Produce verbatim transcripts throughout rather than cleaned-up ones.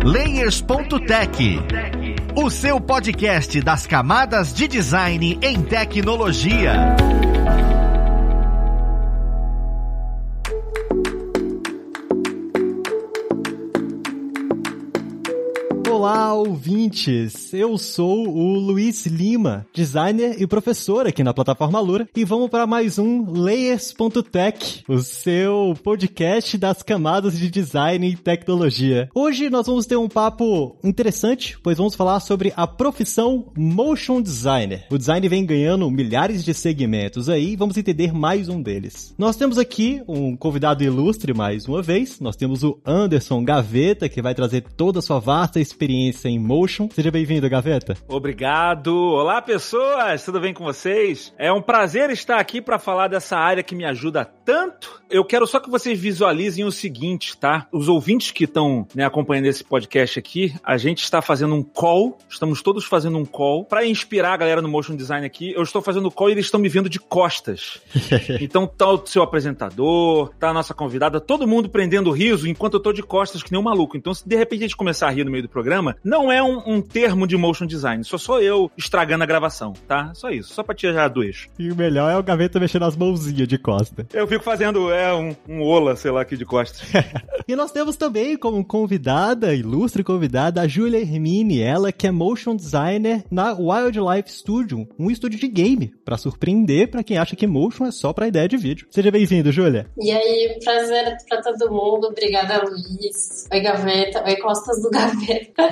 Layers ponto tech, o seu podcast das camadas de design em tecnologia. Olá, ouvintes! Eu sou o Luiz Lima, designer e professor aqui na plataforma Alura, e vamos para mais um Layers ponto tech, o seu podcast das camadas de design e tecnologia. Hoje nós vamos ter um papo interessante, pois vamos falar sobre a profissão Motion Designer. O design vem ganhando milhares de segmentos aí, vamos entender mais um deles. Nós temos aqui um convidado ilustre mais uma vez, nós temos o Anderson Gaveta, que vai trazer toda a sua vasta experiência em motion. Seja bem-vindo, Gaveta. Obrigado. Olá, pessoas. Tudo bem com vocês? É um prazer estar aqui para falar dessa área que me ajuda tanto. Eu quero só que vocês visualizem o seguinte, tá? Os ouvintes que estão, né, acompanhando esse podcast aqui, a gente está fazendo um call, estamos todos fazendo um call para inspirar a galera no motion design aqui. Eu estou fazendo o call e eles estão me vendo de costas. Então tá o seu apresentador, tá a nossa convidada, todo mundo prendendo riso enquanto eu tô de costas que nem um maluco. Então se de repente a gente começar a rir no meio do programa, não é um, um termo de motion design, só sou eu estragando a gravação, tá? Só isso, só pra tirar do eixo. E o melhor é o Gaveta mexendo as mãozinhas de costa. Eu fico fazendo, é, um, um ola, sei lá, aqui de costas. E nós temos também como convidada, ilustre convidada, a Júlia Hermine, ela que é motion designer na Wildlife Studio, um estúdio de game, pra surpreender pra quem acha que motion é só pra ideia de vídeo. Seja bem-vindo, Júlia. E aí, prazer pra todo mundo, obrigada, Luiz. Oi, Gaveta, oi, costas do Gaveta.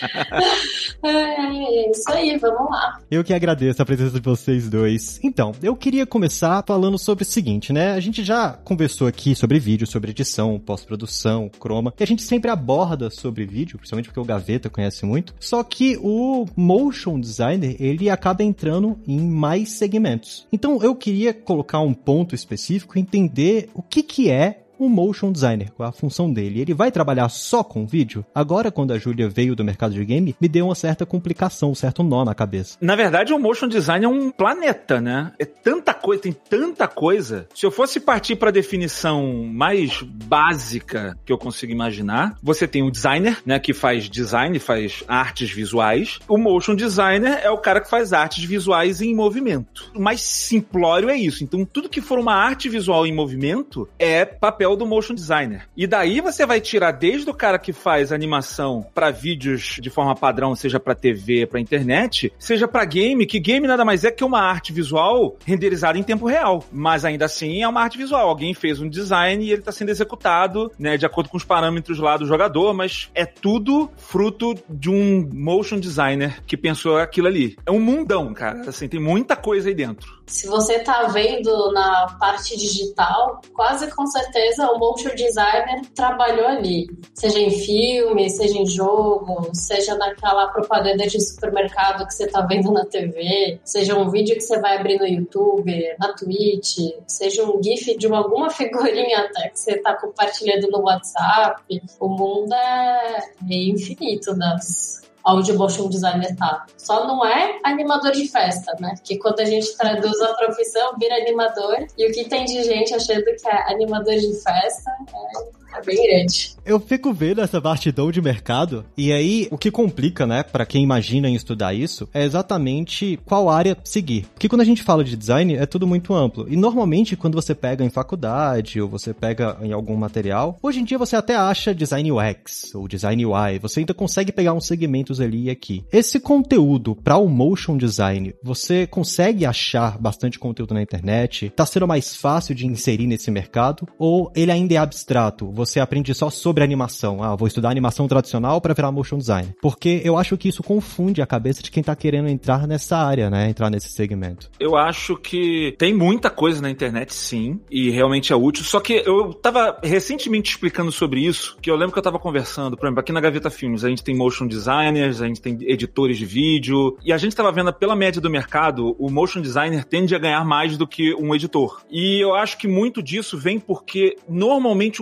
É isso aí, vamos lá. Eu que agradeço a presença de vocês dois. Então, eu queria começar falando sobre o seguinte, né? A gente já conversou aqui sobre vídeo, sobre edição, pós-produção, croma, que a gente sempre aborda sobre vídeo, principalmente porque o Gaveta conhece muito. Só que o motion designer, ele acaba entrando em mais segmentos. Então, eu queria colocar um ponto específico e entender o que que é o motion designer, qual é a função dele. Ele vai trabalhar só com vídeo? Agora, quando a Júlia veio do mercado de game, me deu uma certa complicação, um certo nó na cabeça. Na verdade, o motion design é um planeta, né? É tanta coisa, tem tanta coisa. Se eu fosse partir para a definição mais básica que eu consigo imaginar, você tem o designer, né, que faz design, faz artes visuais. O motion designer é o cara que faz artes visuais em movimento. O mais simplório é isso. Então, tudo que for uma arte visual em movimento é papel do motion designer. E daí você vai tirar desde o cara que faz animação para vídeos de forma padrão, seja para T V, para internet, seja para game, que game nada mais é que uma arte visual renderizada em tempo real. Mas ainda assim é uma arte visual. Alguém fez um design e ele está sendo executado, né, de acordo com os parâmetros lá do jogador, mas é tudo fruto de um motion designer que pensou aquilo ali. É um mundão, cara. Assim, tem muita coisa aí dentro. Se você tá vendo na parte digital, quase com certeza o motion designer trabalhou ali. Seja em filme, seja em jogo, seja naquela propaganda de supermercado que você tá vendo na T V, seja um vídeo que você vai abrir no YouTube, na Twitch, seja um gif de alguma figurinha até que você tá compartilhando no WhatsApp. O mundo é infinito das... onde o motion designer tá. Só não é animador de festa, né? Que quando a gente traduz a profissão, vira animador, e o que tem de gente achando que é animador de festa é, é bem grande. Eu fico vendo essa vastidão de mercado, e aí o que complica, né, pra quem imagina em estudar isso, é exatamente qual área seguir. Porque quando a gente fala de design, é tudo muito amplo. E normalmente, quando você pega em faculdade, ou você pega em algum material, hoje em dia você até acha design U X, ou design U I, você ainda consegue pegar uns segmentos ali e aqui. Esse conteúdo para o motion design, você consegue achar bastante conteúdo na internet? Tá sendo mais fácil de inserir nesse mercado? Ou ele ainda é abstrato? Você aprende só sobre animação. Ah, vou estudar animação tradicional para virar motion design. Porque eu acho que isso confunde a cabeça de quem tá querendo entrar nessa área, né? Entrar nesse segmento. Eu acho que tem muita coisa na internet, sim, e realmente é útil. Só que eu tava recentemente explicando sobre isso, que eu lembro que eu tava conversando, por exemplo, aqui na Gaveta Filmes, a gente tem motion designers, a gente tem editores de vídeo, e a gente tava vendo pela média do mercado, o motion designer tende a ganhar mais do que um editor. E eu acho que muito disso vem porque normalmente o motion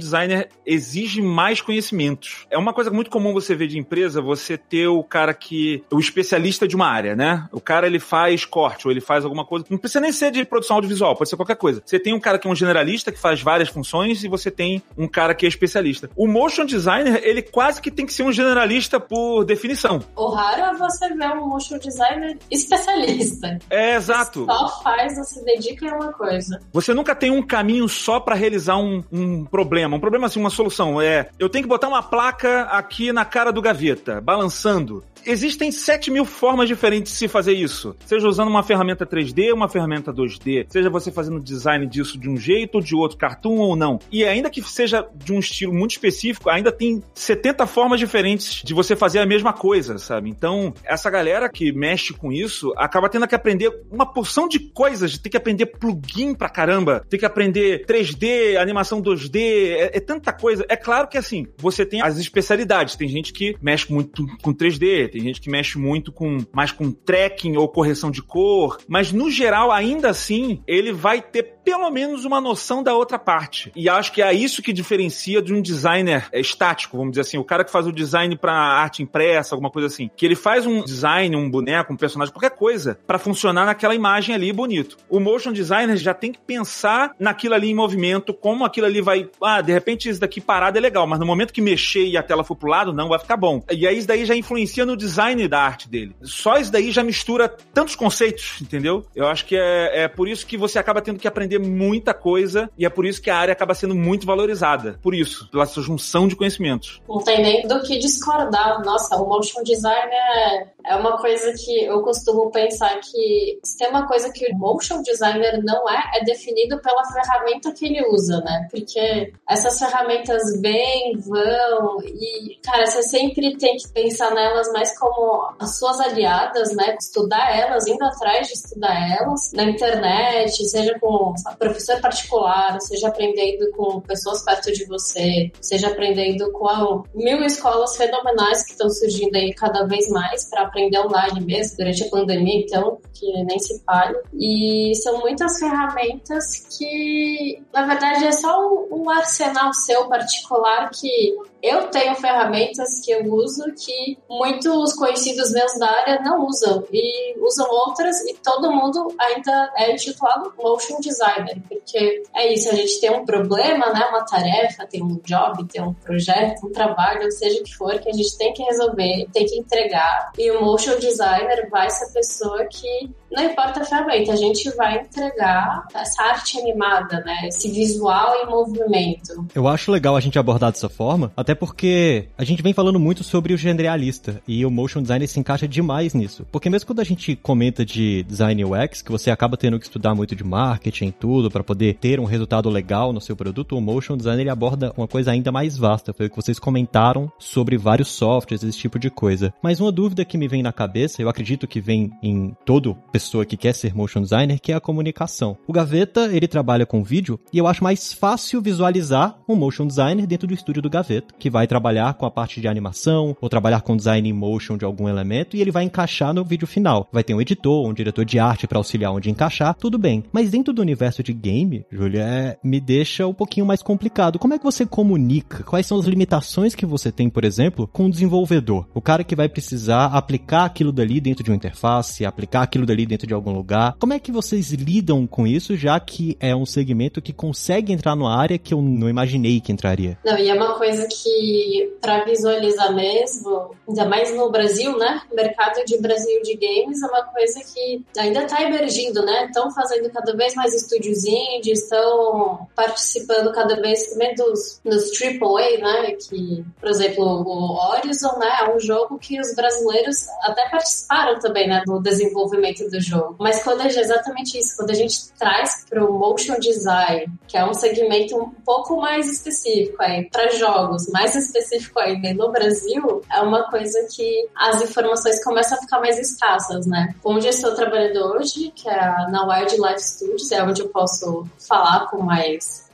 designer exige mais conhecimentos. É uma coisa muito comum você ver de empresa, você ter o cara que... o especialista de uma área, né? O cara, ele faz corte, ou ele faz alguma coisa... Não precisa nem ser de produção audiovisual, pode ser qualquer coisa. Você tem um cara que é um generalista, que faz várias funções, e você tem um cara que é especialista. O motion designer, ele quase que tem que ser um generalista por definição. O raro é você ver um motion designer especialista. É, exato. Só faz, ou se dedica a uma coisa. Você nunca tem um caminho só pra realizar um, um problema. Um problema assim, uma solução. É, eu tenho que botar uma placa aqui na cara do gaveta, balançando. Existem sete mil formas diferentes de se fazer isso. Seja usando uma ferramenta três D, uma ferramenta dois D. Seja você fazendo design disso de um jeito ou de outro, cartoon ou não. E ainda que seja de um estilo muito específico, ainda tem setenta formas diferentes de você fazer a mesma coisa, sabe? Então, essa galera que mexe com isso acaba tendo que aprender uma porção de coisas. Tem que aprender plugin pra caramba. Tem que aprender três D, animação dois D. É, é tanta coisa. É claro que, assim, você tem as especialidades. Tem gente que mexe muito com três D, tem gente que mexe muito com mais com tracking ou correção de cor, mas no geral, ainda assim, ele vai ter pelo menos uma noção da outra parte. E acho que é isso que diferencia de um designer estático, vamos dizer assim, o cara que faz o design pra arte impressa, alguma coisa assim, que ele faz um design, um boneco, um personagem, qualquer coisa, pra funcionar naquela imagem ali bonito. O motion designer já tem que pensar naquilo ali em movimento, como aquilo ali vai, ah, de repente isso daqui parado é legal, mas no momento que mexer e a tela for pro lado, não vai ficar bom. E aí isso daí já influencia no design da arte dele. Só isso daí já mistura tantos conceitos, entendeu? Eu acho que é, é por isso que você acaba tendo que aprender muita coisa e é por isso que a área acaba sendo muito valorizada. Por isso, pela sua junção de conhecimentos. Não tem nem do que discordar. Nossa, o motion design é, é uma coisa que eu costumo pensar que se tem uma coisa que o motion designer não é, é definido pela ferramenta que ele usa, né? Porque essas ferramentas vêm, vão e, cara, você sempre tem que pensar nelas mais como as suas aliadas, né? Estudar elas, indo atrás de estudar elas na internet, seja com sabe, professor particular, seja aprendendo com pessoas perto de você, seja aprendendo com mil escolas fenomenais que estão surgindo aí cada vez mais para aprender online mesmo, durante a pandemia, então, que nem se fale. E são muitas ferramentas que, na verdade, é só um, um arsenal seu particular que eu tenho ferramentas que eu uso que muitos conhecidos meus da área não usam e usam outras e todo mundo ainda é intitulado motion designer, porque é isso, a gente tem um problema, né, uma tarefa, tem um job, tem um projeto, um trabalho, seja o que for, que a gente tem que resolver, tem que entregar e o motion designer vai ser a pessoa que não importa a ferramenta, a gente vai entregar essa arte animada, né, esse visual em movimento. Eu acho legal a gente abordar dessa forma, até porque a gente vem falando muito sobre o generalista e o motion design se encaixa demais nisso. Porque mesmo quando a gente comenta de design U X, que você acaba tendo que estudar muito de marketing e tudo para poder ter um resultado legal no seu produto, o motion design ele aborda uma coisa ainda mais vasta. Foi o que vocês comentaram sobre vários softwares, esse tipo de coisa. Mas uma dúvida que me vem na cabeça, eu acredito que vem em toda pessoa que quer ser motion designer, que é a comunicação. O Gaveta, ele trabalha com vídeo e eu acho mais fácil visualizar um motion designer dentro do estúdio do Gaveta, que vai trabalhar com a parte de animação ou trabalhar com design em motion de algum elemento e ele vai encaixar no vídeo final. Vai ter um editor, um diretor de arte para auxiliar onde encaixar, tudo bem. Mas dentro do universo de game, Júlia, é, me deixa um pouquinho mais complicado. Como é que você comunica? Quais são as limitações que você tem, por exemplo, com o desenvolvedor? O cara que vai precisar aplicar aquilo dali dentro de uma interface, aplicar aquilo dali dentro de algum lugar. Como é que vocês lidam com isso, já que é um segmento que consegue entrar numa área que eu não imaginei que entraria? Não, e é uma coisa que, para visualizar mesmo, ainda mais no Brasil, né? O mercado de Brasil de games é uma coisa que ainda está emergindo, né? Estão fazendo cada vez mais estúdios indies, estão participando cada vez também dos, dos triple A, né? Que, por exemplo, o Horizon, né? É um jogo que os brasileiros até participaram também, né? Do desenvolvimento do jogo. Mas quando é exatamente isso, quando a gente traz para o motion design, que é um segmento um pouco mais específico aí, para jogos, mais específico ainda no Brasil, é uma coisa que as informações começam a ficar mais escassas, né? Onde eu estou trabalhando hoje, que é na Wildlife Studios, é onde eu posso falar com mais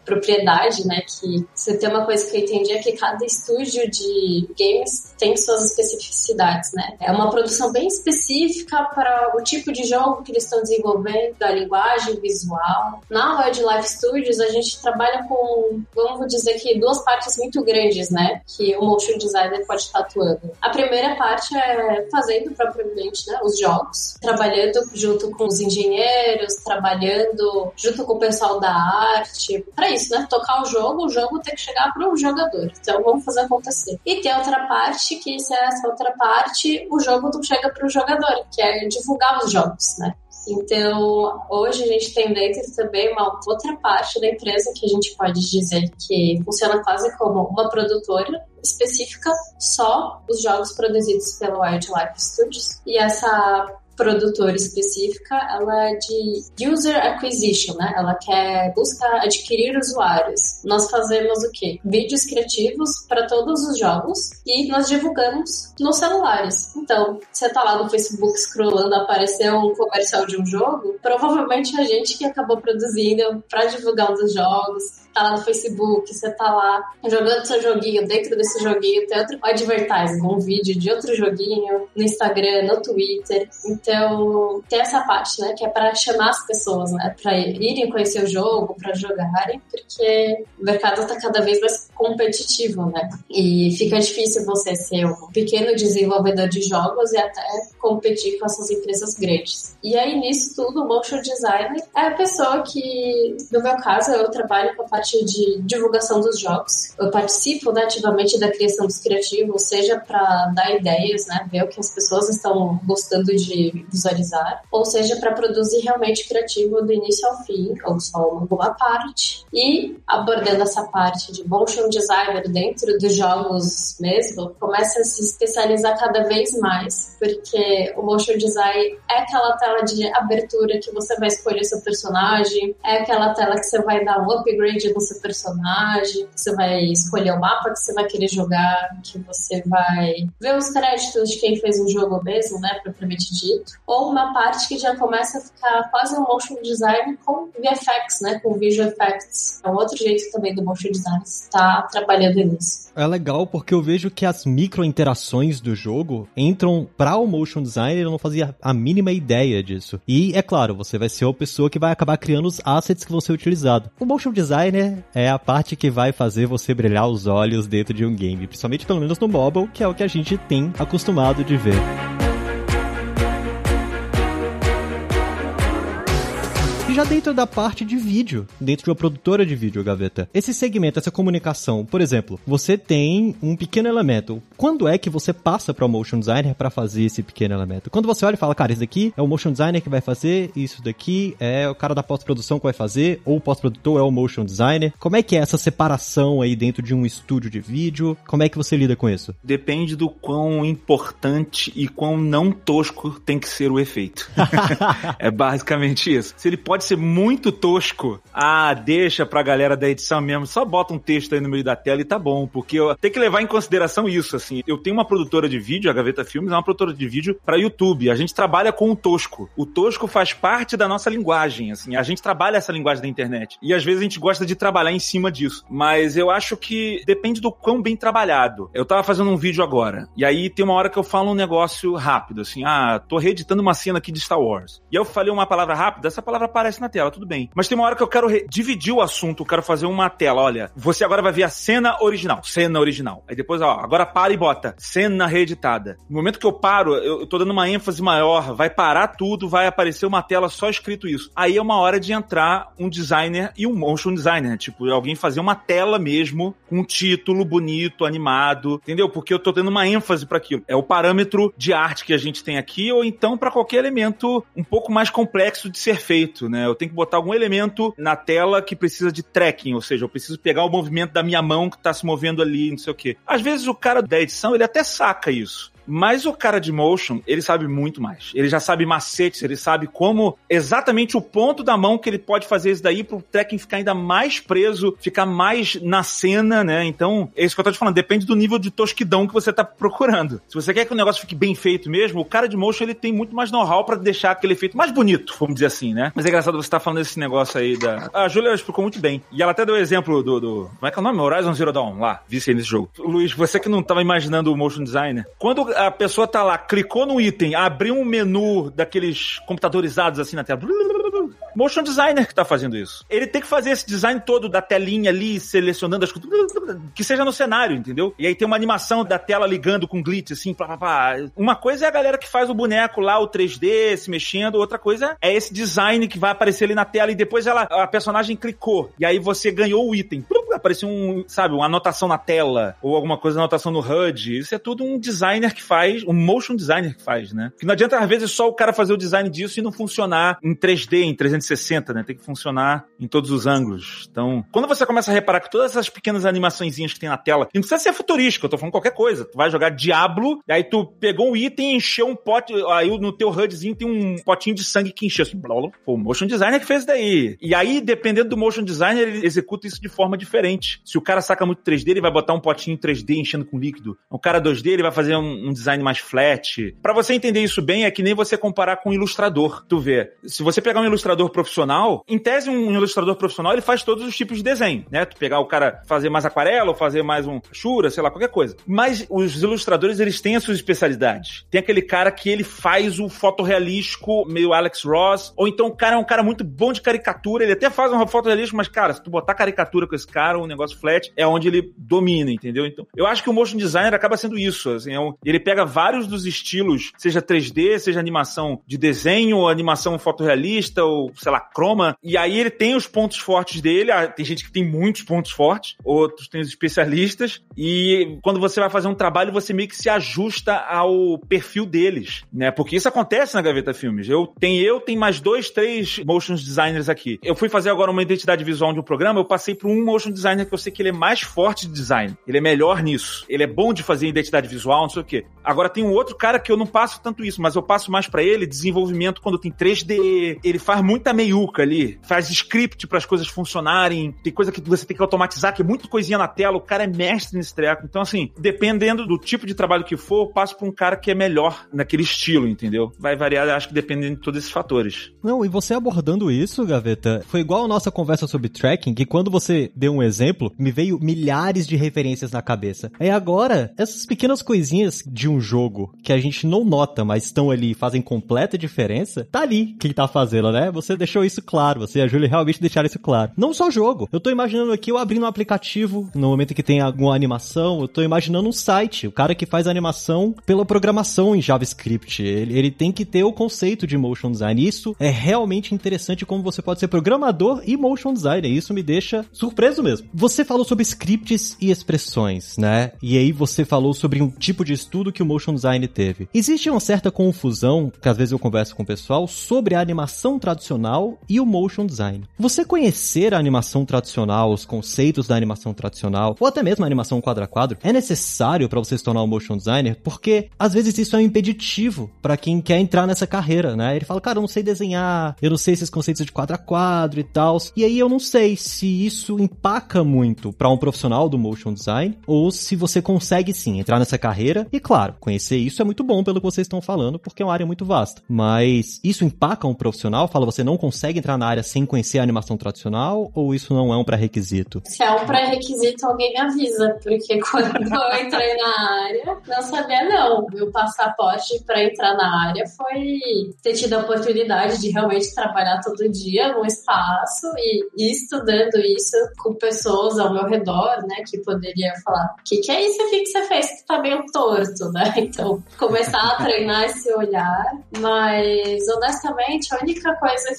propriedade, né? Que você tem uma coisa que eu entendi é que cada estúdio de games tem suas especificidades, né? É uma produção bem específica para o tipo de jogo que eles estão desenvolvendo, a linguagem visual. Na Wildlife Studios, a gente trabalha com, vamos dizer que, duas partes muito grandes, né? Que o motion designer pode estar atuando. A primeira parte é fazendo propriamente, né, os jogos, trabalhando junto com os engenheiros, trabalhando junto com o pessoal da arte, para isso, né? Tocar o jogo, o jogo tem que chegar para o jogador. Então, vamos fazer acontecer. E tem outra parte, que se é essa outra parte, o jogo não chega para o jogador, que é divulgar os jogos, né? Então, hoje a gente tem dentro também uma outra parte da empresa que a gente pode dizer que funciona quase como uma produtora específica, só os jogos produzidos pelo Wildlife Studios. E essa produtora específica, ela é de user acquisition, né? Ela quer, busca adquirir usuários. Nós fazemos o quê? Vídeos criativos para todos os jogos e nós divulgamos nos celulares. Então, você tá lá no Facebook scrollando, apareceu um comercial de um jogo, provavelmente é a gente que acabou produzindo para divulgar um dos jogos. Tá lá no Facebook, você tá lá jogando seu joguinho, dentro desse joguinho tem outro advertising, um vídeo de outro joguinho, no Instagram, no Twitter. Então, tem essa parte, né, que é para chamar as pessoas, né, para irem conhecer o jogo, para jogarem, porque o mercado tá cada vez mais competitivo, né, e fica difícil você ser um pequeno desenvolvedor de jogos e até competir com essas empresas grandes. E aí, nisso tudo, o motion designer é a pessoa que, no meu caso, eu trabalho com a parte de divulgação dos jogos. Eu participo, né, ativamente da criação dos criativos, seja para dar ideias, né, ver o que as pessoas estão gostando de visualizar, ou seja para produzir realmente criativo do início ao fim, ou só uma boa parte. E abordando essa parte de motion designer dentro dos jogos mesmo, começa a se especializar cada vez mais, porque o motion design é aquela tela de abertura que você vai escolher seu personagem, é aquela tela que você vai dar um upgrade no seu personagem, que você vai escolher o mapa que você vai querer jogar, que você vai ver os créditos de quem fez o jogo mesmo, né, propriamente dito, ou uma parte que já começa a ficar quase um motion design com V F X, né, com visual effects. É um outro jeito também do motion design estar trabalhando nisso. É legal porque eu vejo que as micro interações do jogo entram para o motion designer, eu não fazia a mínima ideia disso. E é claro, você vai ser a pessoa que vai acabar criando os assets que vão ser utilizados. O motion designer é a parte que vai fazer você brilhar os olhos dentro de um game, principalmente pelo menos no mobile, que é o que a gente tem acostumado de ver. E já dentro da parte de vídeo, dentro de uma produtora de vídeo, Gaveta, esse segmento, essa comunicação, por exemplo, você tem um pequeno elemento. Quando é que você passa para o motion designer para fazer esse pequeno elemento? Quando você olha e fala, cara, esse daqui é o motion designer que vai fazer, isso daqui é o cara da pós-produção que vai fazer, ou o pós-produtor é o motion designer. Como é que é essa separação aí dentro de um estúdio de vídeo? Como é que você lida com isso? Depende do quão importante e quão não tosco tem que ser o efeito. É basicamente isso. Se ele pode ser muito tosco, ah, deixa pra galera da edição mesmo, só bota um texto aí no meio da tela e tá bom, porque eu tenho que levar em consideração isso, assim. Eu tenho uma produtora de vídeo, a Gaveta Filmes é uma produtora de vídeo pra YouTube, a gente trabalha com o tosco. O tosco faz parte da nossa linguagem, assim, a gente trabalha essa linguagem da internet, e às vezes a gente gosta de trabalhar em cima disso, mas eu acho que depende do quão bem trabalhado. Eu tava fazendo um vídeo agora, e aí tem uma hora que eu falo um negócio rápido, assim, ah, tô reeditando uma cena aqui de Star Wars, e eu falei uma palavra rápida, essa palavra aparece na tela, tudo bem. Mas tem uma hora que eu quero re- dividir o assunto, eu quero fazer uma tela, olha, você agora vai ver a cena original, cena original. Aí depois, ó, agora para e bota, cena reeditada. No momento que eu paro, eu, eu tô dando uma ênfase maior, vai parar tudo, vai aparecer uma tela só escrito isso. Aí é uma hora de entrar um designer e um motion designer, tipo, alguém fazer uma tela mesmo, com um título bonito, animado, entendeu? Porque eu tô dando uma ênfase para aquilo. É o parâmetro de arte que a gente tem aqui, ou então para qualquer elemento um pouco mais complexo de ser feito, né? Eu tenho que botar algum elemento na tela que precisa de tracking, ou seja, eu preciso pegar o movimento da minha mão que tá se movendo ali, não sei o quê. Às vezes o cara da edição, ele até saca isso. Mas o cara de motion, ele sabe muito mais. Ele já sabe macetes, ele sabe como exatamente o ponto da mão que ele pode fazer isso daí pro tracking ficar ainda mais preso, ficar mais na cena, né? Então, é isso que eu tô te falando, depende do nível de tosquidão que você tá procurando. Se você quer que o negócio fique bem feito mesmo, o cara de motion, ele tem muito mais know-how pra deixar aquele efeito mais bonito, vamos dizer assim, né? Mas é engraçado você tá falando desse negócio aí da... A Júlia explicou muito bem. E ela até deu o exemplo do, do... Como é que é o nome? Horizon Zero Dawn, lá. Vice aí nesse jogo. Luiz, você que não tava imaginando o motion designer, quando a pessoa tá lá, clicou no item, abriu um menu daqueles computadorizados assim na tela, motion designer que tá fazendo isso. Ele tem que fazer esse design todo da telinha ali, selecionando as coisas, que seja no cenário, entendeu? E aí tem uma animação da tela ligando com glitch, assim, pá, pá, pá. Uma coisa é a galera que faz o boneco lá, o três D, se mexendo, outra coisa é esse design que vai aparecer ali na tela e depois ela, a personagem clicou, e aí você ganhou o item. Apareceu um, sabe, uma anotação na tela, ou alguma coisa, anotação no H U D. Isso é tudo um designer que faz, um motion designer que faz, né? Que não adianta, às vezes, só o cara fazer o design disso e não funcionar em três D, em trezentos e sessenta, né? Tem que funcionar em todos os ângulos. Então, quando você começa a reparar que todas essas pequenas animaçõezinhas que tem na tela, e não precisa ser futurístico, eu tô falando qualquer coisa. Tu vai jogar Diablo, e aí tu pegou um item e encheu um pote, aí no teu HUDzinho tem um potinho de sangue que encheu assim, blá, blá. Pô, o motion designer que fez isso daí. E aí, dependendo do motion designer, ele executa isso de forma diferente. Se o cara saca muito três D, ele vai botar um potinho três D enchendo com líquido. O cara dois D, ele vai fazer um, um design mais flat. Pra você entender isso bem, é que nem você comparar com um ilustrador. Tu vê, se você pegar um ilustrador profissional, em tese um ilustrador profissional, ele faz todos os tipos de desenho, né? Tu pegar o cara fazer mais aquarela, ou fazer mais um chura, sei lá, qualquer coisa. Mas os ilustradores, eles têm as suas especialidades. Tem aquele cara que ele faz o fotorrealístico, meio Alex Ross, ou então o cara é um cara muito bom de caricatura, ele até faz um fotorrealístico, mas, cara, se tu botar caricatura com esse cara, um negócio flat, é onde ele domina, entendeu? Então, eu acho que o motion designer acaba sendo isso, assim, é um, ele pega vários dos estilos, seja três D, seja animação de desenho, ou animação fotorrealista, ou, sei lá, croma, e aí ele tem os pontos fortes dele, tem gente que tem muitos pontos fortes, outros tem os especialistas, e quando você vai fazer um trabalho, você meio que se ajusta ao perfil deles, né? Porque isso acontece na Gaveta Filmes. Eu tenho, eu tenho mais dois, três motion designers aqui. Eu fui fazer agora uma identidade visual de um programa, eu passei por um motion designer que eu sei que ele é mais forte de design. Ele é melhor nisso. Ele é bom de fazer identidade visual, não sei o quê. Agora tem um outro cara que eu não passo tanto isso, mas eu passo mais pra ele desenvolvimento quando tem três D. Ele faz muita meiuca ali. Faz script para as coisas funcionarem. Tem coisa que você tem que automatizar, que é muito coisinha na tela. O cara é mestre nesse treco. Então, assim, dependendo do tipo de trabalho que for, eu passo pra um cara que é melhor naquele estilo, entendeu? Vai variar, acho que dependendo de todos esses fatores. Não, e você abordando isso, Gaveta, foi igual a nossa conversa sobre tracking, que quando você deu um exemplo, me veio milhares de referências na cabeça. Aí agora, essas pequenas coisinhas de um jogo que a gente não nota, mas estão ali e fazem completa diferença, tá ali quem tá fazendo, né? Você deixou isso claro, você e a Júlia realmente deixaram isso claro. Não só jogo. Eu tô imaginando aqui eu abrindo um aplicativo, no momento que tem alguma animação, eu tô imaginando um site, o cara que faz a animação pela programação em JavaScript. Ele, ele tem que ter o conceito de motion design. Isso é realmente interessante como você pode ser programador e motion designer. Isso me deixa surpreso mesmo. Você falou sobre scripts e expressões, né? E aí você falou sobre um tipo de estudo que o motion design teve. Existe uma certa confusão, que às vezes eu converso com o pessoal, sobre a animação tradicional e o motion design. Você conhecer a animação tradicional, os conceitos da animação tradicional, ou até mesmo a animação quadro a quadro, é necessário para você se tornar um motion designer? Porque às vezes isso é um impeditivo para quem quer entrar nessa carreira, né? Ele fala, cara, eu não sei desenhar, eu não sei esses conceitos de quadro a quadro e tal. E aí eu não sei se isso empaca muito para um profissional do motion design, ou se você consegue sim entrar nessa carreira. E claro, conhecer isso é muito bom pelo que vocês estão falando, porque é uma área muito vasta. Mas isso empaca um profissional? Fala, você não consegue entrar na área sem conhecer a animação tradicional, ou isso não é um pré-requisito? Se é um pré-requisito, alguém me avisa, porque quando eu entrei na área, não sabia não. Meu passaporte para entrar na área foi ter tido a oportunidade de realmente trabalhar todo dia num espaço e ir estudando isso com pessoas ao meu redor, né, que poderia falar, o que, que é isso aqui que você fez que tá meio torto, né? Então, começar a treinar esse olhar, mas honestamente, a única coisa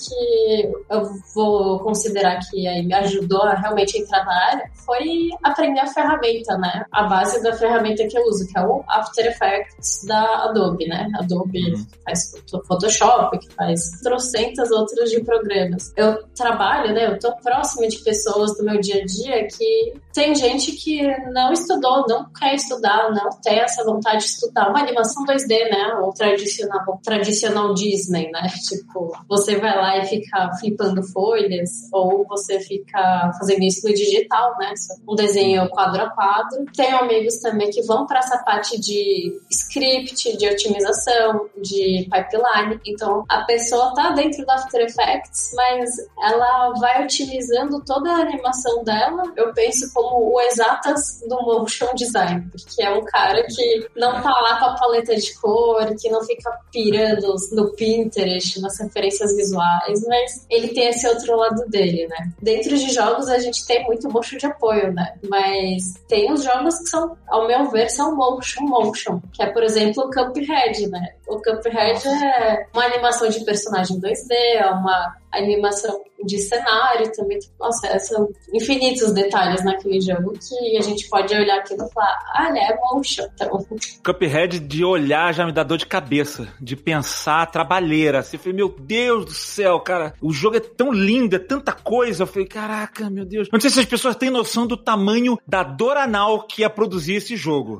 que eu vou considerar que aí me ajudou a realmente entrar na área foi aprender a ferramenta, né? A base da ferramenta que eu uso, que é o After Effects da Adobe, né? Adobe uhum. faz Photoshop, que faz trocentas outras de programas. Eu trabalho, né? Eu tô próxima de pessoas do meu dia a dia que tem gente que não estudou, não quer estudar, não tem essa vontade de estudar uma animação dois D, né? Ou tradicional, tradicional Disney, né? Tipo, você vai lá e fica flipando folhas, ou você fica fazendo isso no digital, né? Um desenho quadro a quadro. Tenho amigos também que vão para essa parte de script, de otimização, de pipeline. Então, a pessoa tá dentro do After Effects, mas ela vai otimizando toda a animação dela, eu penso como o exatas do motion design, porque é um cara que não tá lá com a paleta de cor, que não fica pirando no Pinterest, nas referências visuais, mas ele tem esse outro lado dele, né? Dentro de jogos a gente tem muito motion de apoio, né? Mas tem os jogos que são, ao meu ver, são motion motion, que é, por exemplo, o Cuphead, né? O Cuphead é uma animação de personagem dois D, é uma animação de cenário também. Nossa, são infinitos detalhes naquele jogo que a gente pode olhar aquilo e falar, ah, é motion. Então... Cuphead, de olhar, já me dá dor de cabeça, de pensar, trabalheira. Assim, eu falei, meu Deus do céu, cara, o jogo é tão lindo, é tanta coisa. Eu falei, caraca, meu Deus. Não sei se as pessoas têm noção do tamanho da dor anal que ia produzir esse jogo.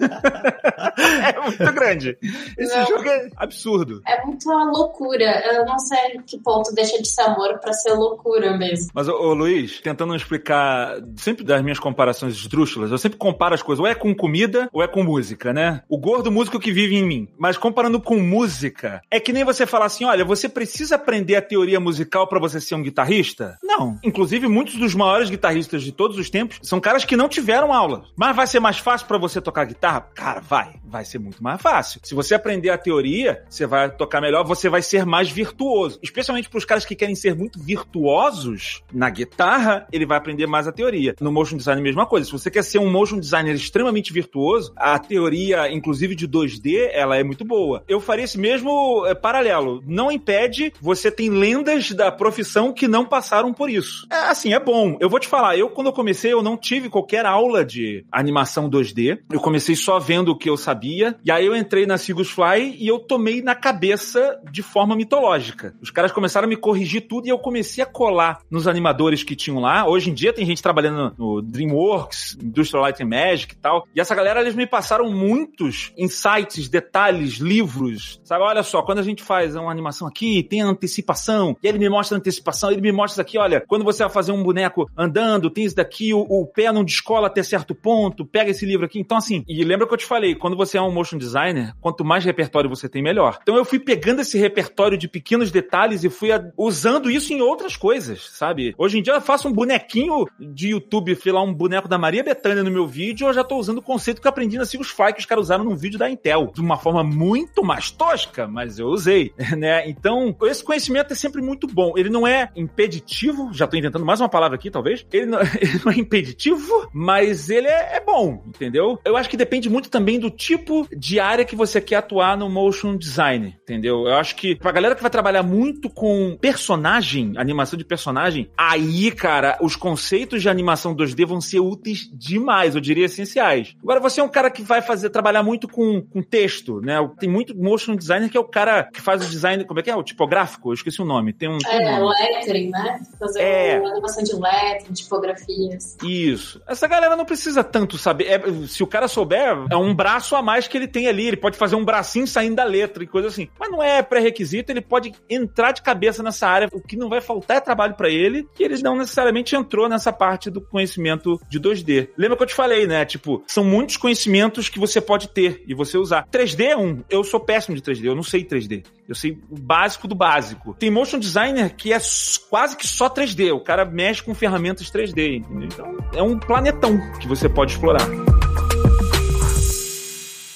É muito grande. Esse não. jogo é absurdo. É muito uma loucura. Eu não sei que ponto deixa de ser amor pra ser loucura mesmo. Mas, ô, ô Luiz, tentando explicar sempre das minhas comparações esdrúxulas, eu sempre comparo as coisas, ou é com comida, ou é com música, né? O gordo músico que vive em mim. Mas comparando com música, é que nem você falar assim, olha, você precisa aprender a teoria musical pra você ser um guitarrista? Não. Inclusive, muitos dos maiores guitarristas de todos os tempos são caras que não tiveram aula. Mas vai ser mais fácil pra você tocar guitarra? Cara, vai. Vai ser muito mais fácil. Se você aprender a teoria, você vai tocar melhor, você vai ser mais virtuoso. Especialmente pros caras que querem ser muito virtuosos na guitarra, ele vai aprender mais a teoria. No motion design, a mesma coisa. Se você quer ser um motion designer extremamente virtuoso, a teoria, inclusive de dois D, ela é muito boa. Eu faria esse mesmo é, paralelo. Não impede, você tem lendas da profissão que não passaram por isso. É, assim, é bom. Eu vou te falar, eu quando eu comecei, eu não tive qualquer aula de animação dois D. Eu comecei só vendo o que eu sabia, e aí eu entrei na Sigus Fly e eu tomei na cabeça de forma mitológica. Os caras começaram a me corrigir tudo e eu comecei a colar nos animadores que tinham lá. Hoje em dia tem gente trabalhando no DreamWorks, Industrial Light and Magic e tal. E essa galera, eles me passaram muitos insights, detalhes, livros. Sabe, olha só, quando a gente faz uma animação aqui, tem a antecipação, e ele me mostra a antecipação, ele me mostra isso aqui, olha, quando você vai fazer um boneco andando, tem isso daqui, o, o pé não descola até certo ponto, pega esse livro aqui. Então, assim, e lembra que eu te falei, quando você é um motion designer, quanto mais repertório você tem, melhor. Então eu fui pegando esse repertório de pequenos detalhes e fui a, usando isso em outras coisas, sabe? Hoje em dia eu faço um bonequinho de YouTube, fui lá um boneco da Maria Bethânia no meu vídeo, eu já tô usando o conceito que eu aprendi na Sigus Fly, que os caras usaram num vídeo da Intel, de uma forma muito mais tosca, mas eu usei, né? Então, esse conhecimento é sempre muito bom. Ele não é impeditivo, já tô inventando mais uma palavra aqui, talvez. Ele não, ele não é impeditivo, mas ele é, é bom, entendeu? Eu acho que depende muito também do tipo de área que você quer atuar no motion design, entendeu? Eu acho que pra galera que vai trabalhar muito com personagem, animação de personagem, aí, cara, os conceitos de animação dois D vão ser úteis demais, eu diria essenciais. Agora, você é um cara que vai fazer, trabalhar muito com, com texto, né? Tem muito motion designer que é o cara que faz o design, como é que é? O tipográfico? Eu esqueci o nome. Tem um, tem é, um nome. lettering, né? Fazer é. uma animação de lettering, tipografias. Isso. Essa galera não precisa tanto saber. É, se o cara souber, é um braço a mais que ele tem ali. Ele pode fazer um bracinho saindo da letra e coisa assim. Mas não é pré-requisito, ele pode entrar de cabeça nessa área. O que não vai faltar é trabalho pra ele, que ele não necessariamente entrou nessa parte do conhecimento de dois D. Lembra que eu te falei, né? Tipo, são muitos conhecimentos que você pode ter e você usar. três D é um. Eu sou péssimo de três D, eu não sei três D. Eu sei o básico do básico. Tem motion designer que é quase que só três D. O cara mexe com ferramentas três D, entendeu? Então, é um planetão que você pode explorar.